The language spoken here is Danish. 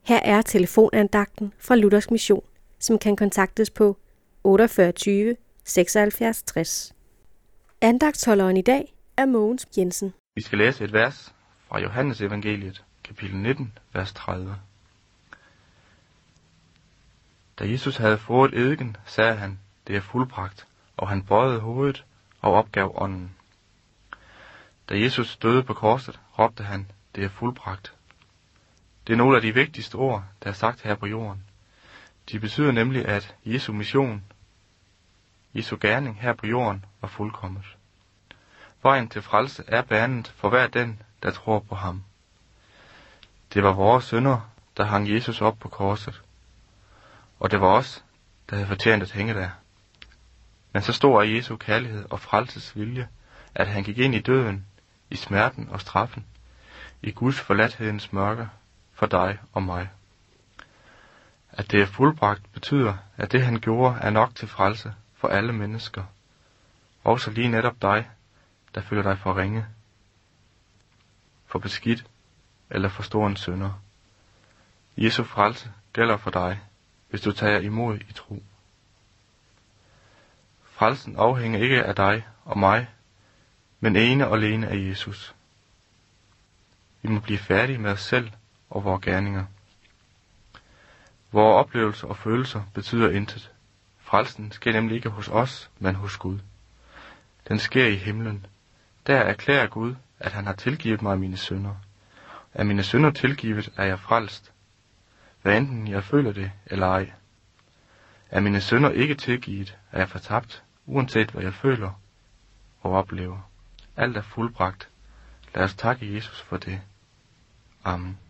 Her er telefonandagten fra Luthersk Mission, som kan kontaktes på 48 20 76 60. Andagtsholderen i dag er Mogens Jensen. Vi skal læse et vers fra Johannes evangeliet, kapitel 19, vers 30. Da Jesus havde fået eddike, sagde han, det er fuldbragt, og han bøjede hovedet og opgav ånden. Da Jesus døde på korset, råbte han, det er fuldbragt. Det er nogle af de vigtigste ord, der er sagt her på jorden. De betyder nemlig, at Jesu mission, Jesu gerning her på jorden, var fuldkommet. Vejen til frelse er banet for hver den, der tror på ham. Det var vores synder, der hang Jesus op på korset. Og det var os, der havde fortjent at hænge der. Men så stor er Jesu kærlighed og frelses vilje, at han gik ind i døden, i smerten og straffen, i Guds forladthedens mørke, for dig og mig. At det er fuldbragt betyder, at det han gjorde er nok til frelse for alle mennesker. Også lige netop dig, der føler dig for ringe, for beskidt eller for stor en synder. Jesu frelse gælder for dig, hvis du tager imod i tro. Frelsen afhænger ikke af dig og mig, men ene og alene af Jesus. Vi må blive færdige med os selv og vores gerninger. Vores oplevelser og følelser betyder intet. Frelsen sker nemlig ikke hos os, men hos Gud. Den sker i himlen. Der erklærer Gud, at han har tilgivet mig mine synder. Er mine synder tilgivet, er jeg frelst. Hvad enten jeg føler det eller ej. Er mine synder ikke tilgivet, er jeg fortabt, uanset hvad jeg føler og oplever. Alt er fuldbragt. Lad os takke Jesus for det. Amen.